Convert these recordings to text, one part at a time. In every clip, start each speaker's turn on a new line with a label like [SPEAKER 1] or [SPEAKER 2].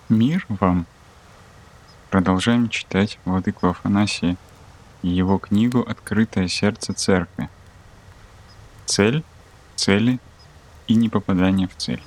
[SPEAKER 1] Мир вам! Продолжаем читать Владыку Афанасия и его книгу «Открытое сердце Церкви». Цель, цели и непопадание в цель.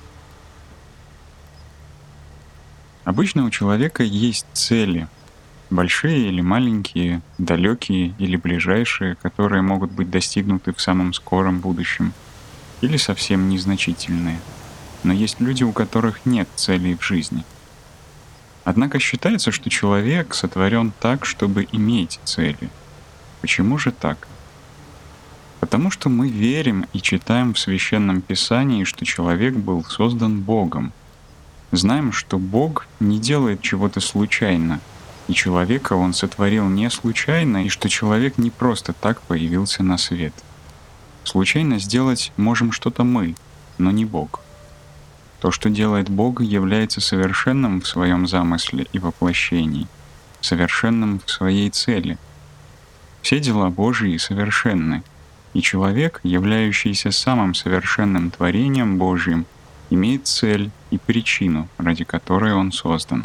[SPEAKER 1] Обычно у человека есть цели, большие или маленькие, далекие или ближайшие, которые могут быть достигнуты в самом скором будущем, или совсем незначительные. Но есть люди, у которых нет целей в жизни. Однако считается, что человек сотворен так, чтобы иметь цели. Почему же так? Потому что мы верим и читаем в Священном Писании, что человек был создан Богом. Знаем, что Бог не делает чего-то случайно, и человека Он сотворил не случайно, и что человек не просто так появился на свет. Случайно сделать можем что-то мы, но не Бог. То, что делает Бог, является совершенным в своем замысле и воплощении, совершенным в своей цели. Все дела Божьи совершенны, и человек, являющийся самым совершенным творением Божьим, имеет цель и причину, ради которой он создан.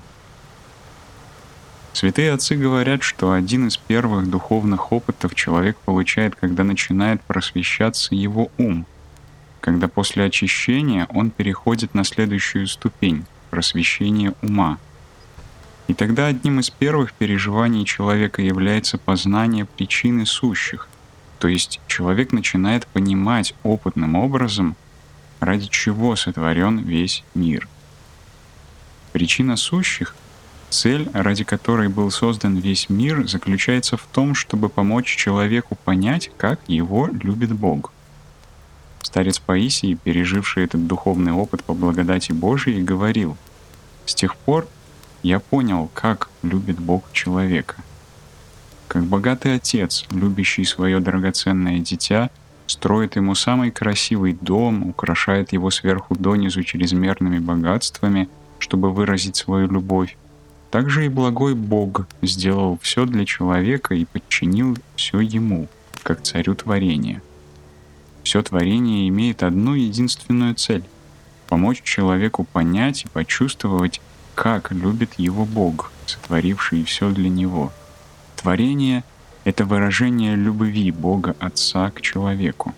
[SPEAKER 1] Святые отцы говорят, что один из первых духовных опытов человек получает, когда начинает просвещаться его ум, когда после очищения он переходит на следующую ступень — просвещение ума. И тогда одним из первых переживаний человека является познание причины сущих, то есть человек начинает понимать опытным образом, ради чего сотворен весь мир. Причина сущих, цель, ради которой был создан весь мир, заключается в том, чтобы помочь человеку понять, как его любит Бог. Старец Паисий, переживший этот духовный опыт по благодати Божией, говорил: «С тех пор я понял, как любит Бог человека. Как богатый отец, любящий свое драгоценное дитя, строит ему самый красивый дом, украшает его сверху донизу чрезмерными богатствами, чтобы выразить свою любовь, так же и благой Бог сделал все для человека и подчинил все ему, как царю творения. Все творение имеет одну единственную цель — помочь человеку понять и почувствовать, как любит его Бог, сотворивший все для него. Творение — это выражение любви Бога Отца к человеку.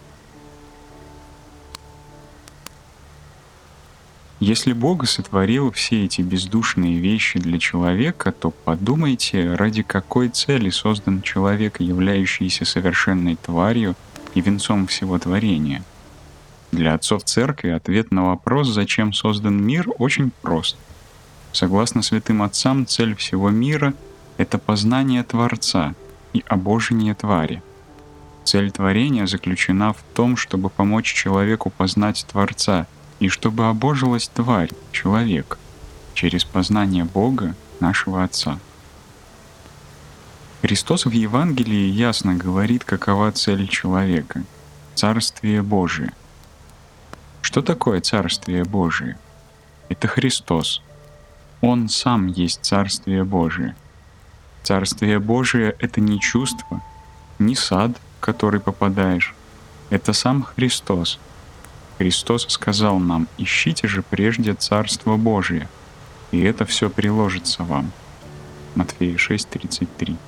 [SPEAKER 1] Если Бог сотворил все эти бездушные вещи для человека, то подумайте, ради какой цели создан человек, являющийся совершенной тварью и венцом всего творения. Для отцов церкви ответ на вопрос, зачем создан мир, очень прост. Согласно святым отцам, цель всего мира — это познание Творца и обожение твари. Цель творения заключена в том, чтобы помочь человеку познать Творца и чтобы обожилась тварь, человек, через познание Бога, нашего Отца. Христос в Евангелии ясно говорит, какова цель человека — Царствие Божие. Что такое Царствие Божие? Это Христос. Он сам есть Царствие Божие. Царствие Божие — это не чувство, не сад, в который попадаешь. Это сам Христос. Христос сказал нам: «Ищите же прежде Царство Божие, и это все приложится вам». Матфея 6:33.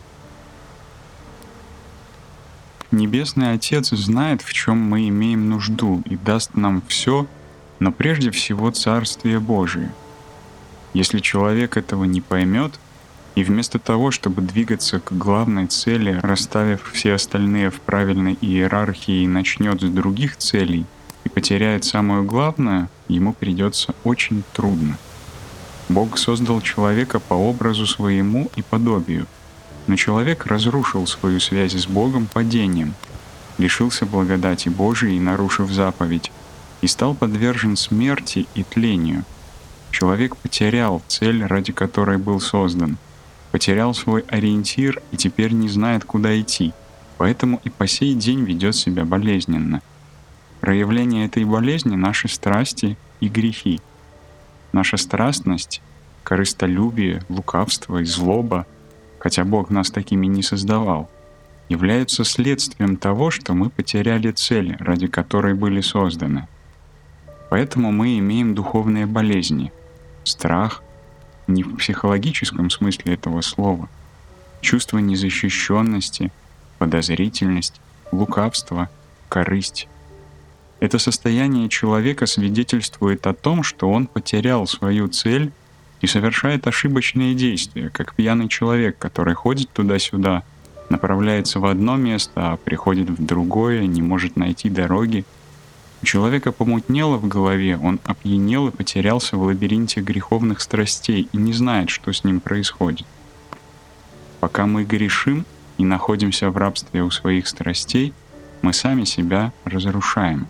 [SPEAKER 1] Небесный Отец знает, в чем мы имеем нужду, и даст нам все, но прежде всего Царствие Божие. Если человек этого не поймет, и вместо того, чтобы двигаться к главной цели, расставив все остальные в правильной иерархии, начнет с других целей и потеряет самую главную, ему придется очень трудно. Бог создал человека по образу своему и подобию, но человек разрушил свою связь с Богом падением, лишился благодати Божией, нарушив заповедь, и стал подвержен смерти и тлению. Человек потерял цель, ради которой был создан, потерял свой ориентир и теперь не знает, куда идти, поэтому и по сей день ведет себя болезненно. Проявление этой болезни — наши страсти и грехи. Наша страстность, корыстолюбие, лукавство и злоба, хотя Бог нас такими не создавал, являются следствием того, что мы потеряли цель, ради которой были созданы. Поэтому мы имеем духовные болезни — страх, Не в психологическом смысле этого слова. Чувство незащищенности, подозрительность, лукавство, корысть. Это состояние человека свидетельствует о том, что он потерял свою цель и совершает ошибочные действия, как пьяный человек, который ходит туда-сюда, направляется в одно место, а приходит в другое, не может найти дороги. У человека помутнело в голове, он опьянел и потерялся в лабиринте греховных страстей и не знает, что с ним происходит. Пока мы грешим и находимся в рабстве у своих страстей, мы сами себя разрушаем.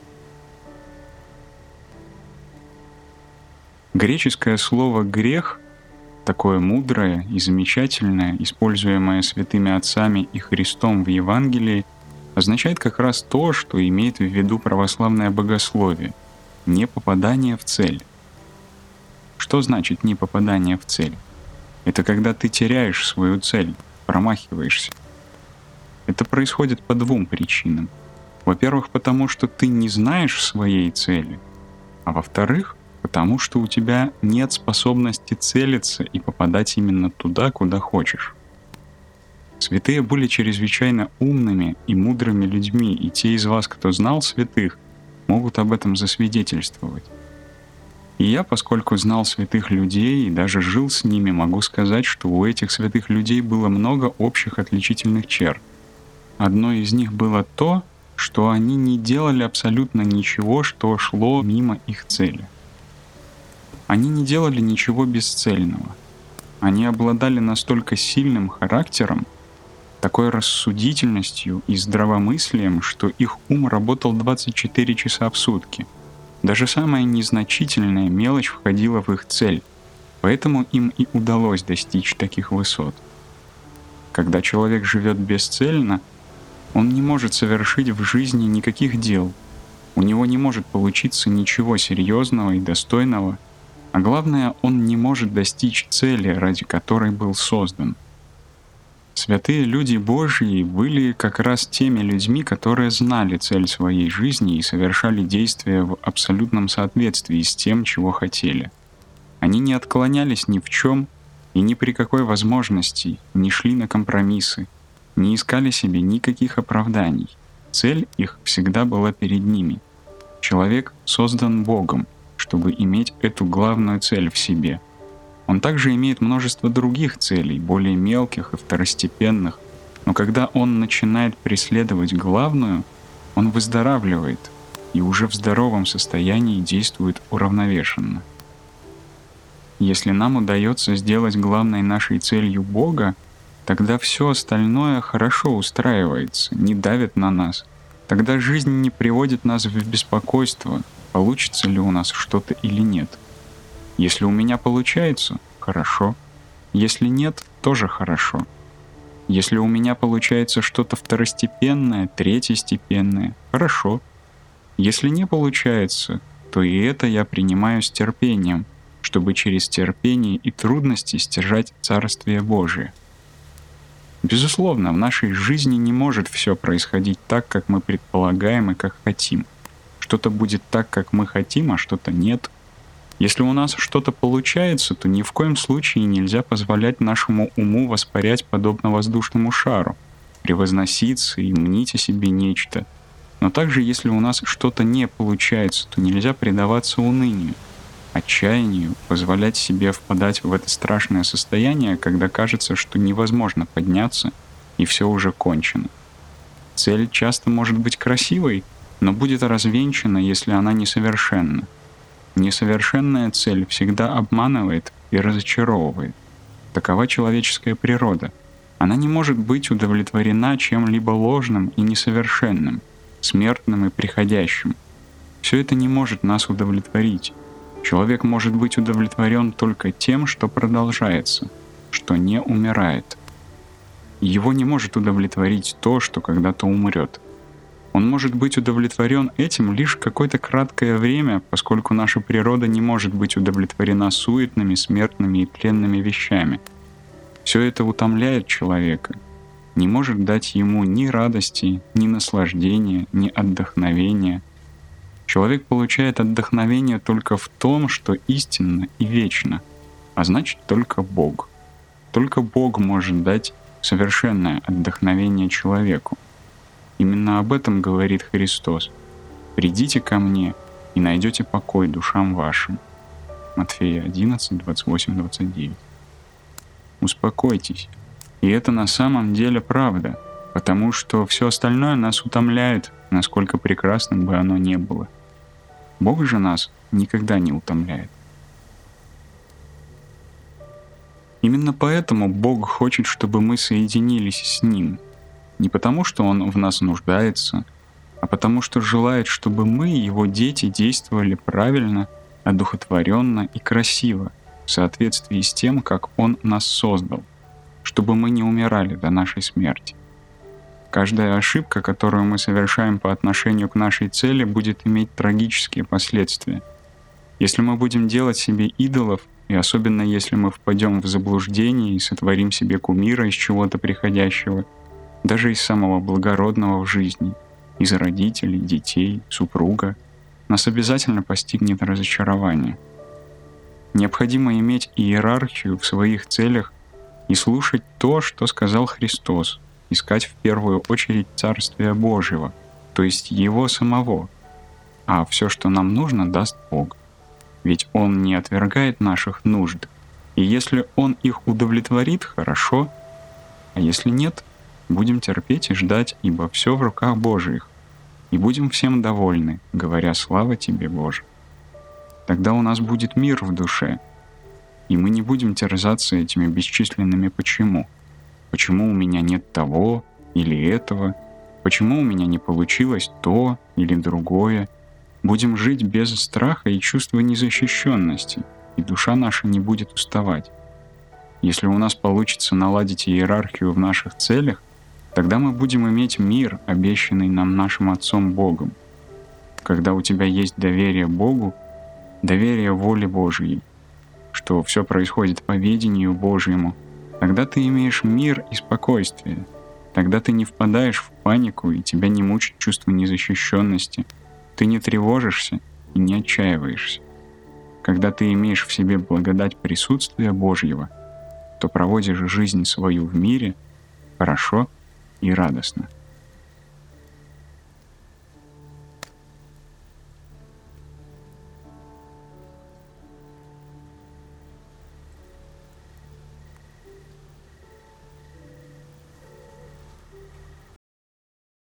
[SPEAKER 1] Греческое слово «грех», такое мудрое и замечательное, используемое святыми отцами и Христом в Евангелии, означает как раз то, что имеет в виду православное богословие — непопадание в цель. Что значит непопадание в цель? Это когда ты теряешь свою цель, промахиваешься. Это происходит по двум причинам. Во-первых, потому что ты не знаешь своей цели, а во-вторых, потому что у тебя нет способности целиться и попадать именно туда, куда хочешь. Святые были чрезвычайно умными и мудрыми людьми, и те из вас, кто знал святых, могут об этом засвидетельствовать. И я, поскольку знал святых людей и даже жил с ними, могу сказать, что у этих святых людей было много общих отличительных черт. Одной из них было то, что они не делали абсолютно ничего, что шло мимо их цели. Они не делали ничего бесцельного. Они обладали настолько сильным характером, такой рассудительностью и здравомыслием, что их ум работал 24 часа в сутки. Даже самая незначительная мелочь входила в их цель, поэтому им и удалось достичь таких высот. Когда человек живет бесцельно, он не может совершить в жизни никаких дел, у него не может получиться ничего серьезного и достойного, а главное, он не может достичь цели, ради которой был создан. Святые люди Божьи были как раз теми людьми, которые знали цель своей жизни и совершали действия в абсолютном соответствии с тем, чего хотели. Они не отклонялись ни в чем и ни при какой возможности, не шли на компромиссы, не искали себе никаких оправданий. Цель их всегда была перед ними. Человек создан Богом, чтобы иметь эту главную цель в себе. Он также имеет множество других целей, более мелких и второстепенных, но когда он начинает преследовать главную, он выздоравливает и уже в здоровом состоянии действует уравновешенно. Если нам удается сделать главной нашей целью Бога, тогда все остальное хорошо устраивается, не давит на нас. Тогда жизнь не приводит нас в беспокойство, получится ли у нас что-то или нет. Если у меня получается — хорошо. Если нет — тоже хорошо. Если у меня получается что-то второстепенное, третьестепенное — хорошо. Если не получается, то и это я принимаю с терпением, чтобы через терпение и трудности стяжать Царствие Божие. Безусловно, в нашей жизни не может все происходить так, как мы предполагаем и как хотим. Что-то будет так, как мы хотим, а что-то нет. Если у нас что-то получается, то ни в коем случае нельзя позволять нашему уму воспарять подобно воздушному шару, превозноситься и мнить о себе нечто. Но также, если у нас что-то не получается, то нельзя предаваться унынию, отчаянию, позволять себе впадать в это страшное состояние, когда кажется, что невозможно подняться и все уже кончено. Цель часто может быть красивой, но будет развенчана, если она несовершенна. Несовершенная цель всегда обманывает и разочаровывает. Такова человеческая природа. Она не может быть удовлетворена чем-либо ложным и несовершенным, смертным и приходящим. Все это не может нас удовлетворить. Человек может быть удовлетворен только тем, что продолжается, что не умирает. Его не может удовлетворить то, что когда-то умрет. Он может быть удовлетворен этим лишь какое-то краткое время, поскольку наша природа не может быть удовлетворена суетными, смертными и тленными вещами. Все это утомляет человека, не может дать ему ни радости, ни наслаждения, ни отдохновения. Человек получает отдохновение только в том, что истинно и вечно, а значит только Бог. Только Бог может дать совершенное отдохновение человеку. Именно об этом говорит Христос. «Придите ко мне, и найдете покой душам вашим». Матфея 11, 28, 29. Успокойтесь. И это на самом деле правда, потому что все остальное нас утомляет, насколько прекрасным бы оно ни было. Бог же нас никогда не утомляет. Именно поэтому Бог хочет, чтобы мы соединились с Ним. Не потому, что Он в нас нуждается, а потому что желает, чтобы мы, Его дети, действовали правильно, одухотворенно и красиво, в соответствии с тем, как Он нас создал, чтобы мы не умирали до нашей смерти. Каждая ошибка, которую мы совершаем по отношению к нашей цели, будет иметь трагические последствия. Если мы будем делать себе идолов, и особенно если мы впадем в заблуждение и сотворим себе кумира из чего-то приходящего, даже из самого благородного в жизни, из родителей, детей, супруга, нас обязательно постигнет разочарование. Необходимо иметь иерархию в своих целях и слушать то, что сказал Христос, искать в первую очередь Царствия Божьего, то есть Его самого, а все, что нам нужно, даст Бог. Ведь Он не отвергает наших нужд, и если Он их удовлетворит, хорошо, а если нет, будем терпеть и ждать, ибо все в руках Божьих, и будем всем довольны, говоря «Слава Тебе, Боже». Тогда у нас будет мир в душе, и мы не будем терзаться этими бесчисленными «почему». Почему у меня нет того или этого? Почему у меня не получилось то или другое? Будем жить без страха и чувства незащищенности, и душа наша не будет уставать. Если у нас получится наладить иерархию в наших целях, тогда мы будем иметь мир, обещанный нам нашим Отцом Богом. Когда у тебя есть доверие Богу, доверие воле Божьей, что все происходит по ведению Божьему, тогда ты имеешь мир и спокойствие. Тогда ты не впадаешь в панику, и тебя не мучит чувство незащищенности. Ты не тревожишься и не отчаиваешься. Когда ты имеешь в себе благодать присутствия Божьего, то проводишь жизнь свою в мире хорошо и радостно.